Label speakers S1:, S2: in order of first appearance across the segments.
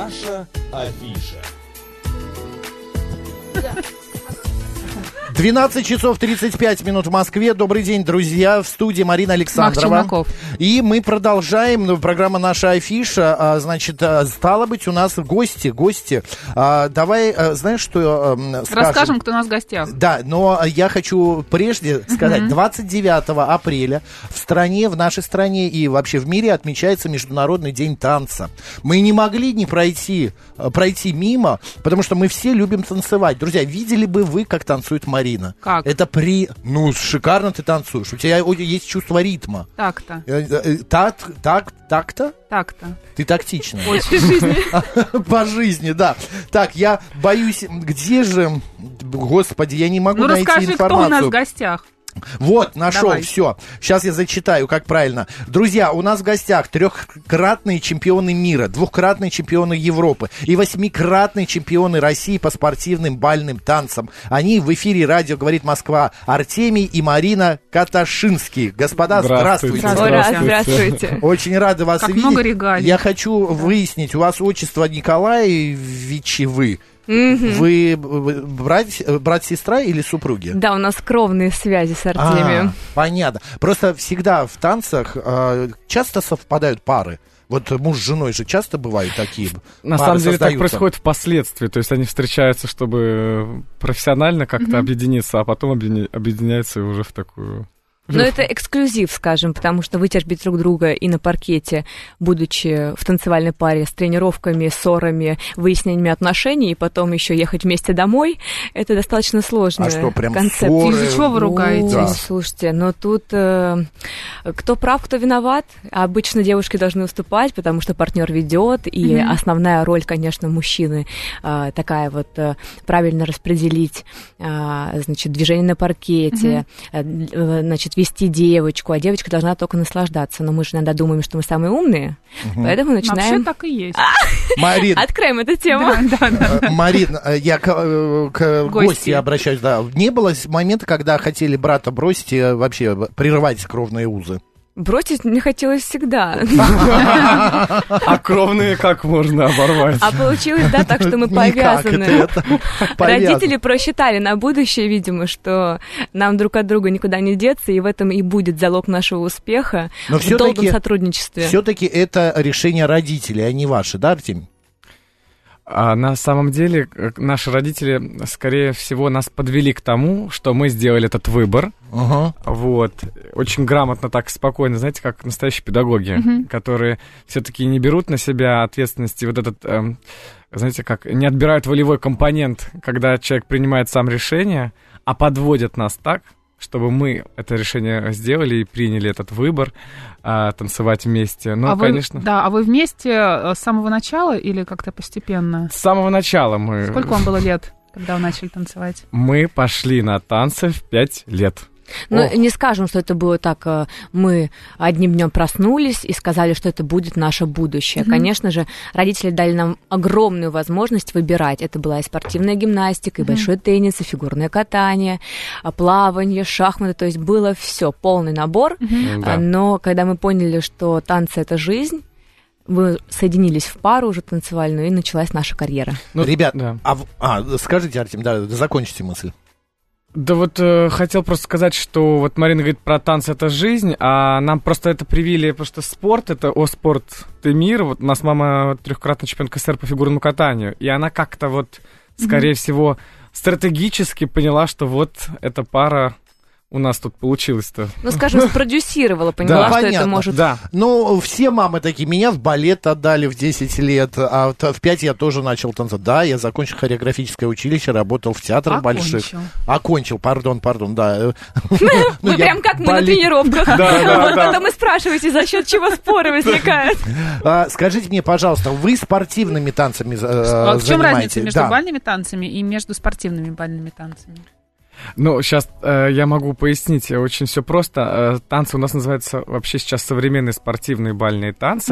S1: Наша афиша.
S2: 12 часов 35 минут в Москве. Добрый день, друзья. В студии Марина Александрова. И мы продолжаем. Программа «Наша афиша». Значит, стало быть, у нас гости. Давай, знаешь, что скажем?
S3: Расскажем, кто у нас в гостях.
S2: Да, но я хочу прежде сказать, 29 апреля в стране, в нашей стране и вообще в мире отмечается Международный день танца. Мы не могли не пройти мимо, потому что мы все любим танцевать. Друзья, видели бы вы, как танцует Марина?
S3: Как?
S2: Это шикарно ты танцуешь. У тебя есть чувство ритма.
S3: Так-то.
S2: Так-то?
S3: Так-то.
S2: Ты тактична.
S3: Очень.
S2: По жизни, да. Так, я боюсь, где же... Господи, я не могу найти информацию.
S3: Расскажи, кто у нас в гостях.
S2: Вот, нашел,
S3: Давай.
S2: все. Сейчас я зачитаю, как правильно. Друзья, у нас в гостях 3-кратные чемпионы мира, 2-кратные чемпионы Европы и 8-кратные чемпионы России по спортивным бальным танцам. Они в эфире радио «Говорит Москва» Артемий и Марина Каташинские. Господа, здравствуйте.
S4: Здравствуйте.
S2: Очень рады вас
S3: как
S2: видеть.
S3: Много регалий.
S2: Я хочу выяснить, у вас отчество Николаевичи вы. Вы брат-сестра или супруги?
S4: Да, у нас кровные связи с Артемием.
S2: Понятно. Просто всегда в танцах часто совпадают пары. Вот муж с женой же часто бывают такие.
S5: На самом деле так происходит впоследствии. То есть они встречаются, чтобы профессионально как-то объединиться, а потом объединяются уже в такую...
S4: Но это эксклюзив, скажем, потому что вытерпеть друг друга и на паркете, будучи в танцевальной паре с тренировками, ссорами, выяснениями отношений, и потом еще ехать вместе домой, это достаточно сложный концепт.
S3: Из-за чего вы ругаетесь?
S4: Да. Слушайте, но тут кто прав, кто виноват. Обычно девушки должны уступать, потому что партнер ведет, и основная роль, конечно, мужчины такая вот правильно распределить, значит, движение на паркете, значит, вести девочку, а девочка должна только наслаждаться. Но мы же иногда думаем, что мы самые умные, поэтому начинаем...
S3: Вообще так и есть.
S2: Марин,
S4: откроем эту тему.
S2: Марин, я к гости обращаюсь. Да. Не было момента, когда хотели брата бросить и вообще прервать кровные узы?
S4: Бросить мне хотелось всегда.
S5: А кровные как можно оборвать?
S4: А получилось, да, так что мы повязаны. Родители просчитали на будущее, видимо, что нам друг от друга никуда не деться, и в этом и будет залог нашего успеха в долгом сотрудничестве.
S2: Все-таки это решение родителей, а не ваше, да, Артемий?
S5: А на самом деле наши родители, скорее всего, нас подвели к тому, что мы сделали этот выбор. Вот. Очень грамотно, так спокойно, знаете, как настоящие педагоги, которые все-таки не берут на себя ответственности, вот этот, знаете, как не отбирают волевой компонент, когда человек принимает сам решение, а подводят нас так, чтобы мы это решение сделали и приняли этот выбор танцевать вместе. Ну, конечно.
S3: А вы вместе с самого начала или как-то постепенно?
S5: С самого начала мы...
S3: Сколько вам было лет, когда вы начали танцевать?
S5: Мы пошли на танцы в 5 лет.
S4: Ну, не скажем, что это было так, мы одним днем проснулись и сказали, что это будет наше будущее. Конечно же, родители дали нам огромную возможность выбирать. Это была и спортивная гимнастика, и большой теннис, и фигурное катание, плавание, шахматы. То есть было все, полный набор. Но когда мы поняли, что танцы — это жизнь, мы соединились в пару уже танцевальную, и началась наша карьера.
S2: Ребят, скажите, Артем, закончите мысль.
S5: Да вот хотел просто сказать, что вот Марина говорит про танцы — это жизнь, а нам просто это привили, потому что спорт — это спорт ты мир. Вот у нас мама 3-кратная чемпионка СССР по фигурному катанию, и она как-то вот, скорее всего, стратегически поняла, что вот эта пара у нас тут получилось-то.
S4: Ну, скажем, спродюсировала, поняла, что это может...
S2: Да. Ну, все мамы такие. Меня в балет отдали в 10 лет, а в 5 я тоже начал танцевать. Да, я закончил хореографическое училище, работал в театрах больших. Окончил, пардон, да.
S4: Вы прям как мы на тренировках. Вот потом и спрашиваете, за счет чего споры возникают.
S2: Скажите мне, пожалуйста, вы спортивными танцами занимаетесь?
S3: В чем разница между бальными танцами и между спортивными бальными танцами?
S5: Ну, сейчас я могу пояснить, очень все просто. Танцы у нас называются вообще сейчас современные спортивные бальные танцы.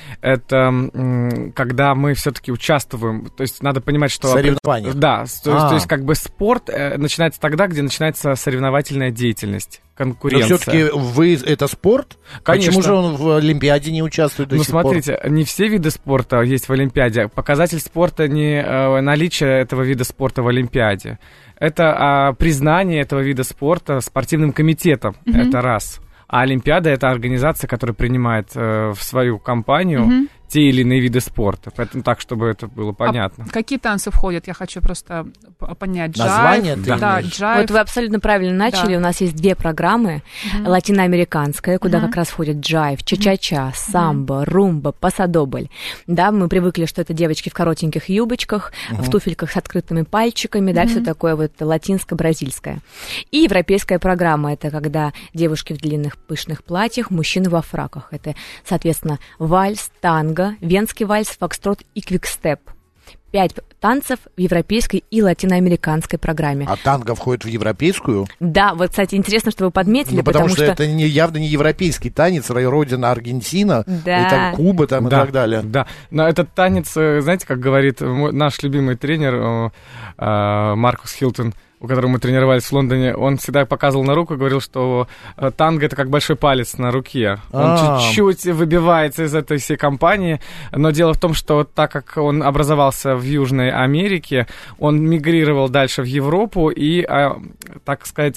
S5: Это когда мы все-таки участвуем, то есть надо понимать, что...
S2: Соревнования.
S5: Да, то есть как бы спорт начинается тогда, где начинается соревновательная деятельность. конкуренция.
S2: Но все-таки это спорт?
S5: Конечно.
S2: Почему же он в Олимпиаде не участвует до сих пор?
S5: Смотрите, не все виды спорта есть в Олимпиаде. Показатель спорта не наличие этого вида спорта в Олимпиаде. Это признание этого вида спорта спортивным комитетом. Это раз. А Олимпиада — это организация, которая принимает в свою компанию те или иные виды спорта. Поэтому так, чтобы это было понятно.
S3: Какие танцы входят? Я хочу просто понять.
S2: Название
S3: джайв, да, джайв.
S4: Вот вы абсолютно правильно начали. Да. У нас есть 2 программы. Латиноамериканская, куда как раз входит джайв, ча-ча-ча, самбо, румба, пасадобль. Да, мы привыкли, что это девочки в коротеньких юбочках, в туфельках с открытыми пальчиками, да, все такое вот латинско-бразильское. И европейская программа — это когда девушки в длинных пышных платьях, мужчины во фраках. Это, соответственно, вальс, танго, венский вальс, фокстрот и квикстеп. 5 танцев в европейской и латиноамериканской программе.
S2: А танго входит в европейскую?
S4: Да, вот, кстати, интересно, что вы подметили,
S2: потому что это явно не европейский танец, родина Аргентина,
S4: да.
S2: И там Куба там,
S5: да,
S2: и так далее.
S5: Да, но этот танец, знаете, как говорит наш любимый тренер Маркус Хилтон, у которого мы тренировались в Лондоне, он всегда показывал на руку и говорил, что танго — это как большой палец на руке. Он чуть-чуть выбивается из этой всей компании, но дело в том, что так как он образовался в Южной Америке, он мигрировал дальше в Европу и, так сказать,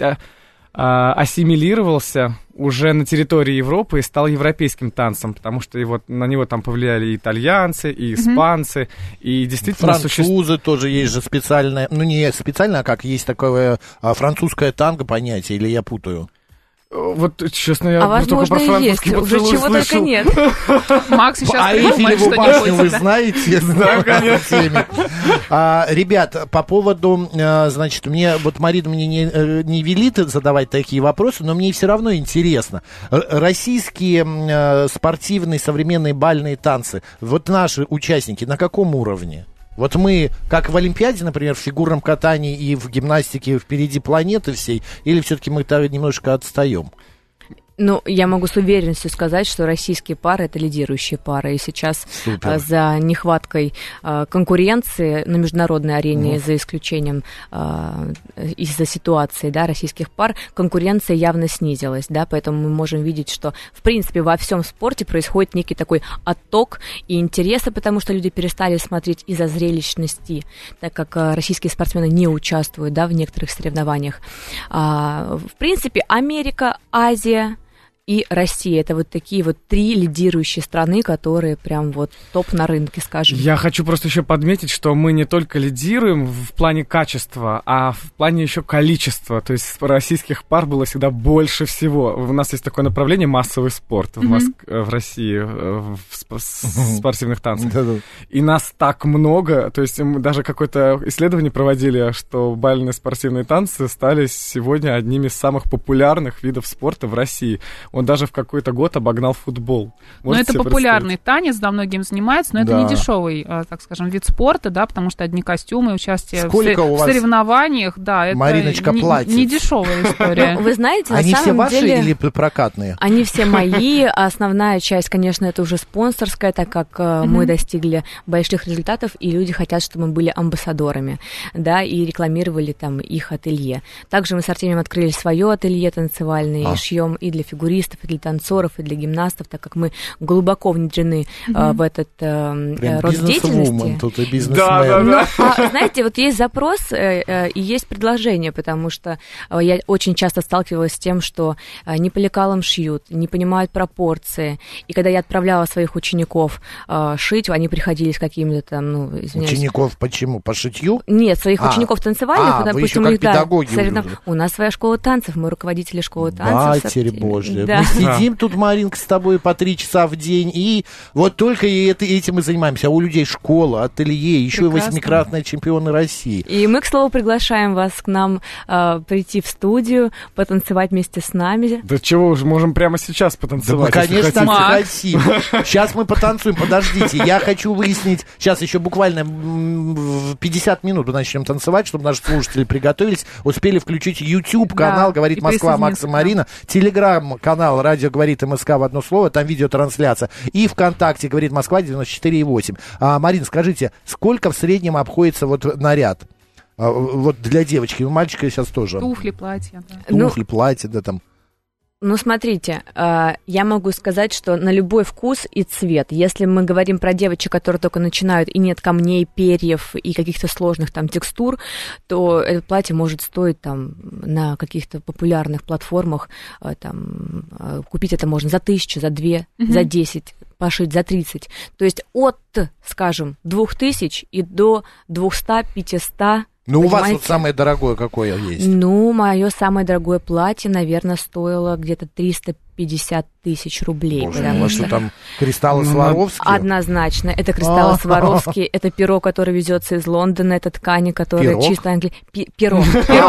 S5: ассимилировался уже на территории Европы и стал европейским танцем, потому что на него там повлияли и итальянцы, и испанцы, и действительно...
S2: Французы тоже есть же специальное, ну не специально, а как есть такое французское танго понятие, или я путаю?
S5: Вот, честно, я только про французский
S4: уже чего
S5: слышал.
S4: Только нет.
S3: Макс сейчас
S2: а Эйфелеву башню вы знаете? Да, конечно. Ребят, по поводу, значит, вот Марина мне не велит задавать такие вопросы, но мне все равно интересно. Российские спортивные современные бальные танцы, вот наши участники на каком уровне? Вот мы, как в Олимпиаде, например, в фигурном катании и в гимнастике впереди планеты всей, или все-таки мы немножко отстаем?
S4: Ну, я могу с уверенностью сказать, что российские пары — это лидирующие пары. И сейчас за нехваткой конкуренции на международной арене, за исключением из-за ситуации, да, российских пар, конкуренция явно снизилась, да, поэтому мы можем видеть, что, в принципе, во всем спорте происходит некий такой отток и интереса, потому что люди перестали смотреть из-за зрелищности, так как российские спортсмены не участвуют, да, в некоторых соревнованиях. В принципе, Америка, Азия и Россия — это вот такие вот 3 лидирующие страны, которые прям вот топ на рынке, скажем.
S5: Я хочу просто еще подметить, что мы не только лидируем в плане качества, а в плане еще количества. То есть российских пар было всегда больше всего. У нас есть такое направление — массовый спорт в России, в спортивных танцах. И нас так много. То есть мы даже какое-то исследование проводили, что бальные спортивные танцы стали сегодня одними из самых популярных видов спорта в России. Он даже в какой-то год обогнал футбол.
S3: Но это популярный танец, да, многим занимается, но это не дешевый, так скажем, вид спорта, да, потому что одни костюмы, участие в соревнованиях, да, это
S2: Мариночка платит?
S3: Не дешевая история.
S4: Вы знаете, на
S2: они
S4: самом
S2: все
S4: деле,
S2: ваши или прокатные?
S4: Они все мои. Основная часть, конечно, это уже спонсорская, так как мы достигли больших результатов, и люди хотят, чтобы мы были амбассадорами, да, и рекламировали там их ателье. Также мы с Артемием открыли свое ателье танцевальное, и шьем и для фигуристов, и для танцоров, и для гимнастов, так как мы глубоко внедрены в этот род деятельности.
S2: Тут и бизнесмен.
S4: Но, знаете, вот есть запрос и есть предложение, потому что я очень часто сталкивалась с тем, что не по лекалам шьют, не понимают пропорции. И когда я отправляла своих учеников шить, они приходили с какими-то там, ну, извиняюсь.
S2: Учеников почему? По шитью?
S4: Нет, своих учеников танцевальных.
S2: Вы еще как педагоги.
S4: У нас своя школа танцев, мы руководители школы танцев.
S2: Матерь Божья.
S4: Да.
S2: Мы сидим тут, Маринка, с тобой по 3 часа в день, и вот только этим и занимаемся. А у людей школа, ателье, еще и 8-кратные чемпионы России.
S4: И мы, к слову, приглашаем вас к нам прийти в студию, потанцевать вместе с нами.
S5: Да чего уж, можем прямо сейчас потанцевать.
S2: Да, мы, конечно, хотим. Сейчас мы потанцуем, подождите. Я хочу выяснить, сейчас еще буквально в 50 минут начнем танцевать, чтобы наши слушатели приготовились, успели включить YouTube-канал «Говорит Москва» Макса Марина, Телеграм-канал «Радио говорит МСК» в одно слово, там видеотрансляция, и ВКонтакте «Говорит Москва» 94,8. Марина, скажите, сколько в среднем обходится вот наряд? Вот для девочки, у мальчика сейчас тоже.
S3: Туфли, платья. Да.
S2: Туфли, платья, да, там.
S4: Ну, смотрите, я могу сказать, что на любой вкус и цвет. Если мы говорим про девочек, которые только начинают, и нет камней, перьев и каких-то сложных там текстур, то это платье может стоить там на каких-то популярных платформах, там, купить это можно за 1000, за 2, за 10, пошить за 30. То есть от, скажем, 2000 и до 200-500.
S2: Ну, у вас вот самое дорогое какое есть?
S4: Ну, мое самое дорогое платье, наверное, стоило где-то 350 тысяч рублей.
S2: Боже, потому что там кристаллы Сваровски?
S4: Однозначно. Это кристаллы Сваровски, это перо, которое везется из Лондона, это ткани, которые чисто английские. Перо.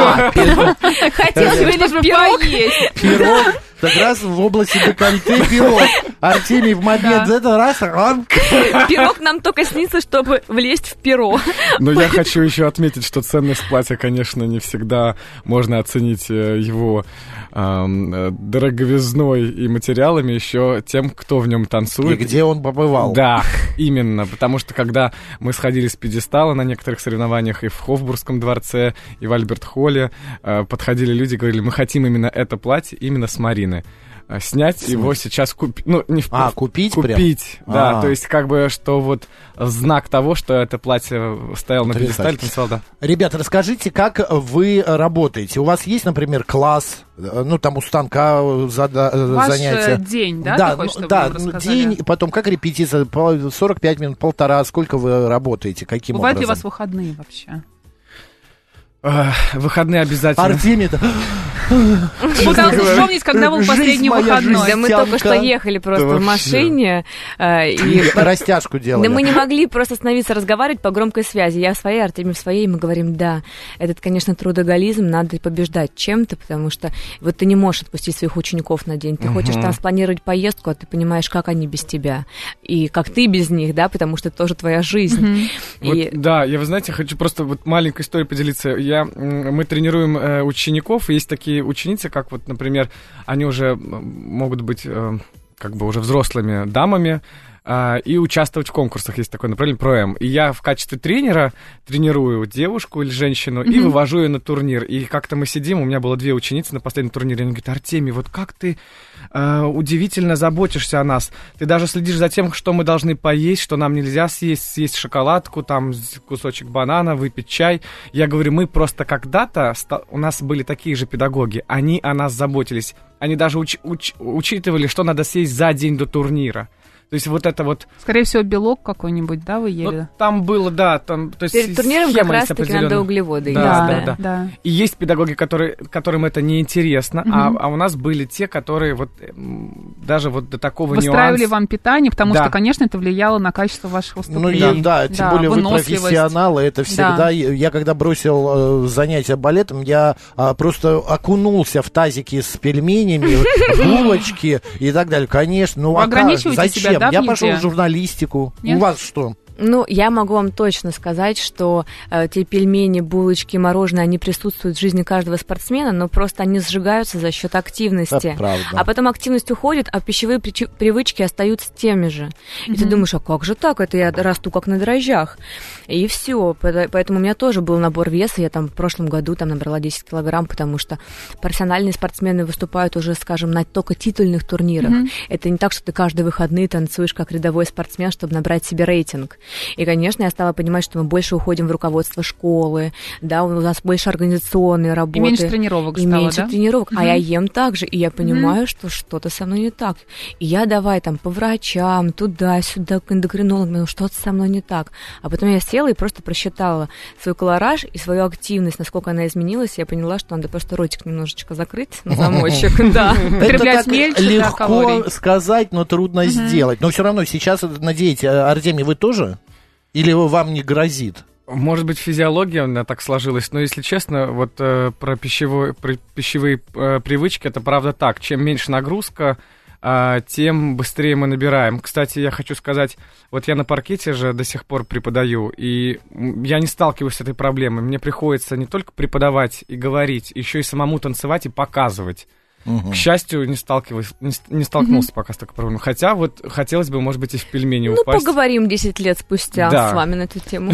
S3: Хотите лишь бы поесть.
S2: Перо. Как раз в области декольте пирог. Артемий в момент это раз.
S4: Пирог нам только снится, чтобы влезть в перо.
S5: Но я хочу еще отметить, что ценность платья, конечно, не всегда можно оценить его дороговизной и материалами еще тем, кто в нем танцует.
S2: И где он побывал.
S5: Да, именно. Потому что когда мы сходили с пьедестала на некоторых соревнованиях и в Хофбургском дворце, и в Альберт-холле, подходили люди и говорили, мы хотим именно это платье, именно с Марины. Снять его сейчас купить. Ну, не в...
S2: купить?
S5: Купить, прям? Да. То есть, как бы, что вот знак того, что это платье стояло на пьедестале, танцевал, да.
S2: Ребята, расскажите, как вы работаете? У вас есть, например, класс, ну, там у станка занятия?
S3: Ваш день, да?
S2: Да,
S3: такой, чтобы
S2: да,
S3: вы
S2: день, потом как репетиция, 45 минут, полтора, сколько вы работаете, каким
S3: Бывают
S2: образом?
S3: ли у вас выходные вообще?
S5: Выходные обязательно.
S2: Артемий-то...
S3: Пытался вспомнить, когда был последний выходной.
S4: Да мы только что ехали просто в машине.
S2: И растяжку делали.
S4: Да мы не могли просто остановиться разговаривать по громкой связи. Я в своей, Артемий в своей, и мы говорим, да, этот, конечно, трудоголизм, надо побеждать чем-то, потому что вот ты не можешь отпустить своих учеников на день. Ты хочешь там спланировать поездку, а ты понимаешь, как они без тебя. И как ты без них, да, потому что это тоже твоя жизнь.
S5: Да, я, вы знаете, хочу просто вот маленькой историей поделиться. Мы тренируем учеников, и есть такие ученицы, как вот, например, они уже могут быть как бы уже взрослыми дамами и участвовать в конкурсах. Есть такое направление ПРОЭМ. И я в качестве тренера тренирую девушку или женщину и вывожу ее на турнир. И как-то мы сидим, у меня было 2 ученицы на последнем турнире, они говорят, Артемий, вот как ты удивительно заботишься о нас. Ты даже следишь за тем, что мы должны поесть, что нам нельзя съесть шоколадку, там кусочек банана, выпить чай. Я говорю, мы просто когда-то, у нас были такие же педагоги, они о нас заботились. Они даже учитывали, что надо съесть за день до турнира. То есть вот это вот...
S3: Скорее всего, белок какой-нибудь, да, вы ели?
S5: Ну, там было, да. Там, то есть
S4: перед турниром как раз-таки надо углеводы.
S5: Да. И есть педагоги, которым это неинтересно, а у нас были те, которые вот даже вот до такого нюанса...
S3: Выстраивали вам питание, потому что, конечно, это влияло на качество ваших выступлений.
S2: Ну, да, тем более вы профессионалы, это всегда... Да. Я когда бросил занятия балетом, я просто окунулся в тазики с пельменями, булочки и так далее. Конечно, ну а зачем?
S3: Да,
S2: я пошел в журналистику. Нет? У вас что?
S4: Ну, я могу вам точно сказать, что те пельмени, булочки, мороженое, они присутствуют в жизни каждого спортсмена, но просто они сжигаются за счет активности.
S2: Это правда.
S4: А потом активность уходит, а пищевые привычки остаются теми же. И ты думаешь, а как же так? Это я расту как на дрожжах. И все. Поэтому у меня тоже был набор веса. Я там в прошлом году там набрала 10 килограмм, потому что профессиональные спортсмены выступают уже, скажем, на только титульных турнирах. Это не так, что ты каждые выходные танцуешь как рядовой спортсмен, чтобы набрать себе рейтинг. И, конечно, я стала понимать, что мы больше уходим в руководство школы, да, у нас больше организационной работы.
S3: И меньше тренировок стало,
S4: меньше тренировок, а я ем так же, и я понимаю, что что-то со мной не так. И я давай там по врачам, туда-сюда, к эндокринологам, ну что-то со мной не так. А потом я села и просто просчитала свой колораж и свою активность, насколько она изменилась, и я поняла, что надо просто ротик немножечко закрыть на замочек, да.
S2: Это так легко сказать, но трудно сделать. Но все равно сейчас, надеюсь, Артемий, вы тоже? Или вам не грозит?
S5: Может быть, физиология у меня так сложилась, но, если честно, вот про пищевые привычки, это правда так. Чем меньше нагрузка, тем быстрее мы набираем. Кстати, я хочу сказать, вот я на паркете же до сих пор преподаю, и я не сталкиваюсь с этой проблемой. Мне приходится не только преподавать и говорить, еще и самому танцевать и показывать. К счастью, не столкнулся пока с такой проблемой. Хотя вот хотелось бы, может быть, и в пельмени упасть.
S4: Ну, поговорим 10 лет спустя с вами на эту тему.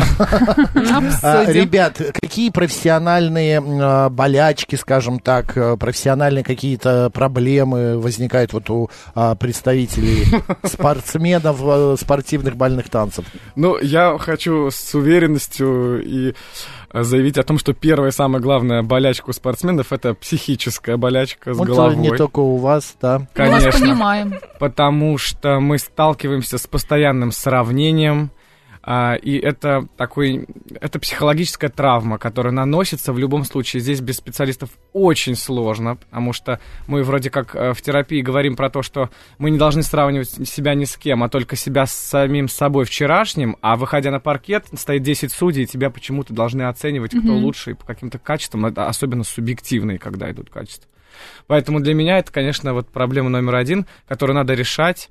S2: Ребят, какие профессиональные болячки, скажем так, профессиональные какие-то проблемы возникают вот у представителей спортсменов спортивных бальных танцев?
S5: Ну, я хочу с уверенностью и заявить о том, что первая и самая главная болячка у спортсменов — это психическая болячка с головой.
S2: Не только у вас, да.
S5: Конечно.
S3: Мы вас понимаем.
S5: Потому что мы сталкиваемся с постоянным сравнением, и это психологическая травма, которая наносится в любом случае. Здесь без специалистов очень сложно, потому что мы вроде как в терапии говорим про то, что мы не должны сравнивать себя ни с кем, а только себя с самим собой вчерашним, а выходя на паркет, стоит 10 судей, и тебя почему-то должны оценивать, кто лучше, и по каким-то качествам, это особенно субъективные, когда идут качества. Поэтому для меня это, конечно, вот проблема номер один, которую надо решать,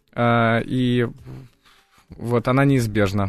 S5: и вот она неизбежна.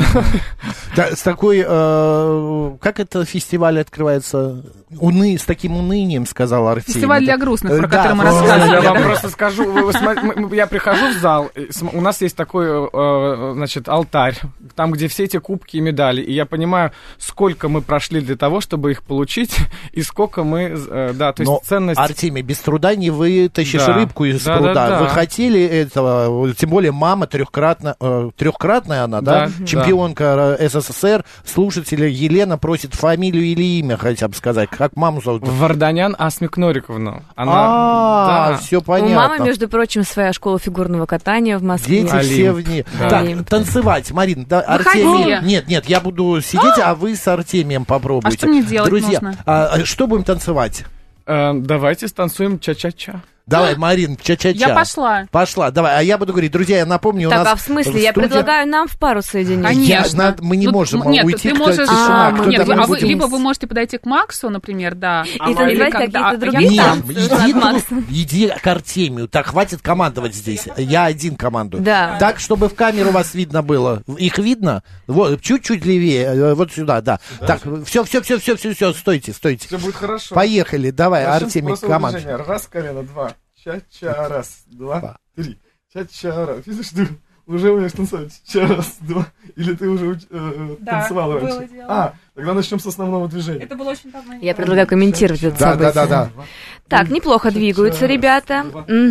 S2: С такой, как это фестиваль открывается? С таким унынием, сказал Артемий.
S3: Фестиваль для грустных, про который мы рассказывали.
S5: Я вам просто скажу, я прихожу в зал, у нас есть такой, значит, алтарь, там, где все эти кубки и медали, и я понимаю, сколько мы прошли для того, чтобы их получить, и сколько мы, да, то есть ценность...
S2: Артемий, без труда не вытащишь рыбку из пруда.
S5: Да.
S2: Вы хотели этого, тем более мама трехкратная она, да? Чемпионка СССР, слушателя Елена просит фамилию или имя, хотя бы сказать, как маму зовут?
S5: Варданян Асмик Нориковна. Она...
S2: все понятно.
S4: У мамы, между прочим, своя школа фигурного катания в Москве.
S2: Дети все в ней. Так, танцевать, Марин, да, Артемий. Нет, я буду сидеть, а вы с Артемием попробуйте.
S3: А что мне делать
S2: Друзья,
S3: нужно?
S2: Что будем танцевать?
S5: Давайте станцуем ча-ча-ча.
S2: Давай, Марин, ча-ча-ча.
S3: Я пошла.
S2: Пошла, давай. А я буду говорить, друзья, я напомню,
S4: так,
S2: у нас...
S4: Так, а в смысле? Я предлагаю нам в пару соединиться.
S3: Конечно.
S2: Мы не можем уйти
S3: ты можешь...
S2: тишина.
S3: Либо вы можете подойти к Максу, например, да.
S4: И танцевать какие-то другие танцы.
S2: Иди к Артемию. Так, хватит командовать здесь. Я один командую.
S4: Да.
S2: Так, чтобы в камеру вас видно было. Их видно? Вот, чуть-чуть левее. Вот сюда, да. Так, все, стойте.
S5: Все будет хорошо.
S2: Поехали, давай, Артемий, команда.
S5: Раз, колено, два. Ча-ча, раз, два, три. Ча-ча, раз. Видишь, ты уже умеешь танцевать. Ча, раз, два. Или ты уже танцевала раньше?
S3: Было дело.
S5: Тогда начнем с основного движения.
S3: Это было очень давно.
S4: Я предлагаю комментировать это событие.
S2: Да.
S4: Так, неплохо двигаются ребята.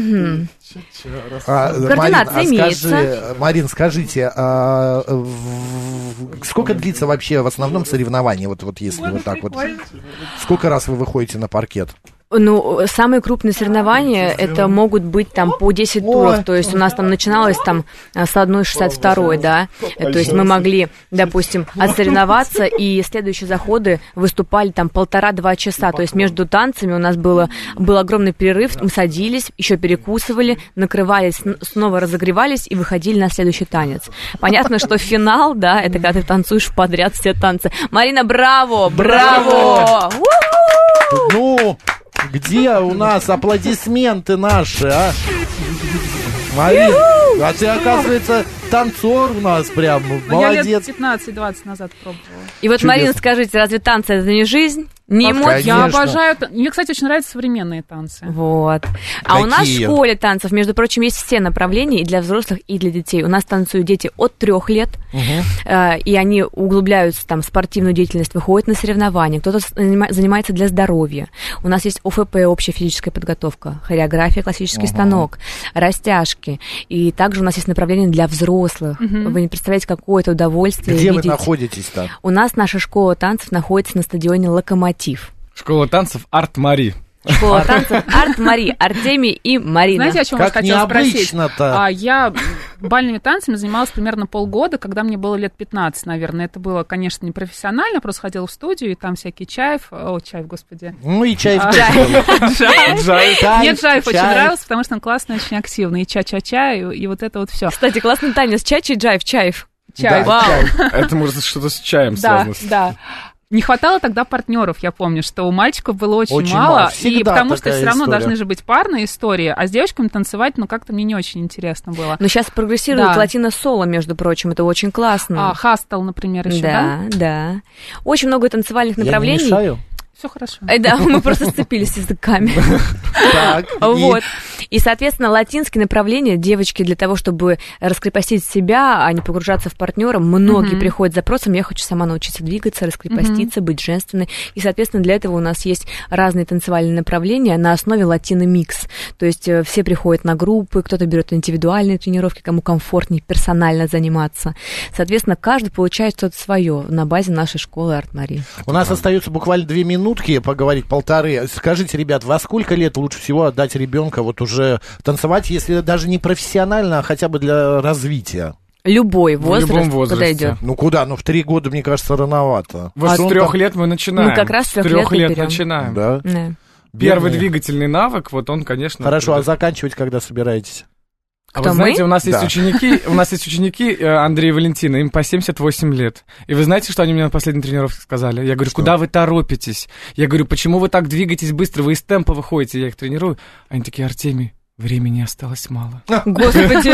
S4: Координация имеется.
S2: Марин, скажите, сколько длится вообще в основном соревнование, вот если вот так вот? Сколько раз вы выходите на паркет?
S4: Ну, самые крупные соревнования, это могут быть там по 10 туров, то есть у нас там начиналось там с 1,62, да, то есть мы могли, допустим, отсоревноваться, и следующие заходы выступали там 1,5-2 часа, то есть между танцами у нас был огромный перерыв, мы садились, еще перекусывали, накрывались, снова разогревались и выходили на следующий танец. Понятно, что финал, да, это когда ты танцуешь подряд все танцы. Марина, браво!
S2: Ну... Где у нас аплодисменты наши, а? Марин, а ты, оказывается, танцор у нас прям, молодец.
S3: Я лет 15-20 назад пробовала.
S4: И вот, Марина, скажите, разве танцы это не жизнь? Не эмоции?
S3: Я обожаю... Мне, кстати, очень нравятся современные танцы.
S4: Вот. А у нас в школе танцев, между прочим, есть все направления и для взрослых, и для детей. У нас танцуют дети от 3 лет, и они углубляются там в спортивную деятельность, выходят на соревнования, кто-то занимается для здоровья. У нас есть ОФП, общая физическая подготовка, хореография, классический станок, растяжки. И также у нас есть направление для взрослых. Вы не представляете, какое это удовольствие.
S2: Где
S4: видеть.
S2: Вы находитесь-то?
S4: У нас наша школа танцев находится на стадионе «Локомотив».
S5: Школа танцев «Арт-Мари».
S4: Школа танцев «Арт-Мари», Артемий и Марина.
S3: Знаете, о чем я хотела спросить?
S2: Необычно-то.
S3: Я бальными танцами занималась примерно полгода, когда мне было лет 15, наверное. Это было, конечно, не профессионально, просто ходила в студию, и там всякий Чаев... Чаев, господи.
S2: Ну и Чаев.
S3: Мне Чаев очень нравился, потому что он классный, очень активный. И ча-ча-ча, и вот это вот все.
S4: Кстати, классный танец. Чачи, Джаев, Чаев.
S3: Чаев.
S5: Это может что-то с чаем связано.
S3: Да. Не хватало тогда партнеров, я помню, что у мальчиков было очень мало, и потому что все равно должны же быть парные истории, а с девочками танцевать, как-то мне не очень интересно было.
S4: Но сейчас прогрессирует латино-соло, между прочим, это очень классно.
S3: Хастл, например, еще, да?
S4: Да. Очень много танцевальных направлений.
S2: Я не мешаю?
S3: Все хорошо.
S4: Да, мы просто сцепились языками. Вот. И, соответственно, латинские направления, девочки, для того, чтобы раскрепостить себя, а не погружаться в партнера, многие приходят с запросом: я хочу сама научиться двигаться, раскрепоститься, быть женственной. И, соответственно, для этого у нас есть разные танцевальные направления на основе латино-микс. То есть все приходят на группы, кто-то берет индивидуальные тренировки, кому комфортнее персонально заниматься. Соответственно, каждый получает что-то свое на базе нашей школы Арт-Мари.
S2: У нас остается буквально 2 минутки поговорить, 1,5. Скажите, ребят, во сколько лет лучше всего отдать ребенка вот уже танцевать, если даже не профессионально, а хотя бы для развития?
S4: Любой возраст подойдет.
S2: Ну куда? Ну в 3 года, мне кажется, рановато.
S5: Вот с 3 лет мы начинаем.
S4: Мы как раз с 3
S5: лет начинаем.
S2: Да?
S5: Первый двигательный навык, вот он, конечно...
S2: Хорошо, а заканчивать когда собираетесь?
S5: А вы знаете, у нас есть ученики, Андрей и Валентина, им по 78 лет. И вы знаете, что они мне на последней тренировке сказали? Я говорю, куда вы торопитесь? Я говорю, почему вы так двигаетесь быстро? Вы из темпа выходите, я их тренирую. Они такие: Артемий, времени осталось мало.
S4: Господи,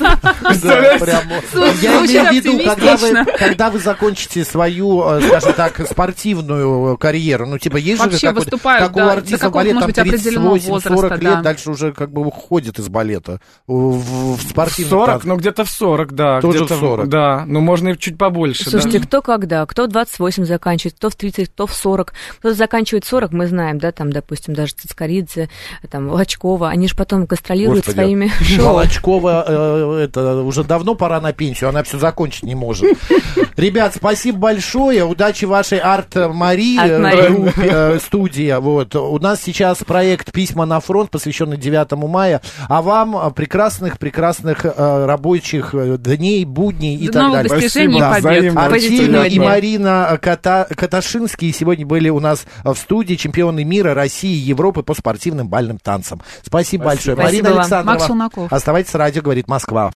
S2: я имею в виду, когда вы закончите свою, скажем так, спортивную карьеру, ну, типа, есть же какой-то, как у артистов балета, там 38-40 лет, дальше уже как бы уходит из балета в спортивный
S5: 40, ну, где-то в 40, да.
S2: Тоже в 40.
S5: Да, ну, можно и чуть побольше.
S4: Слушайте, кто когда? Кто в 28 заканчивает, кто в 30, кто в 40. Кто-то заканчивает 40, мы знаем, да, там, допустим, даже Цицкаридзе, там, Волочкова, они же потом гастролирует своими шоу.
S2: Волочкова, это уже давно пора на пенсию, она все закончить не может. Ребят, спасибо большое, удачи вашей Арт-Мари группе, студии. Вот. У нас сейчас проект «Письма на фронт», посвященный 9 мая, а вам прекрасных рабочих дней, будней и так далее.
S3: Достижений и побед.
S2: Артемий и Марина Каташинские сегодня были у нас в студии, чемпионы мира, России, Европы по спортивным бальным танцам. Спасибо большое. Марина Александровна,
S3: Макс Челноков.
S2: Оставайтесь с радио, говорит Москва.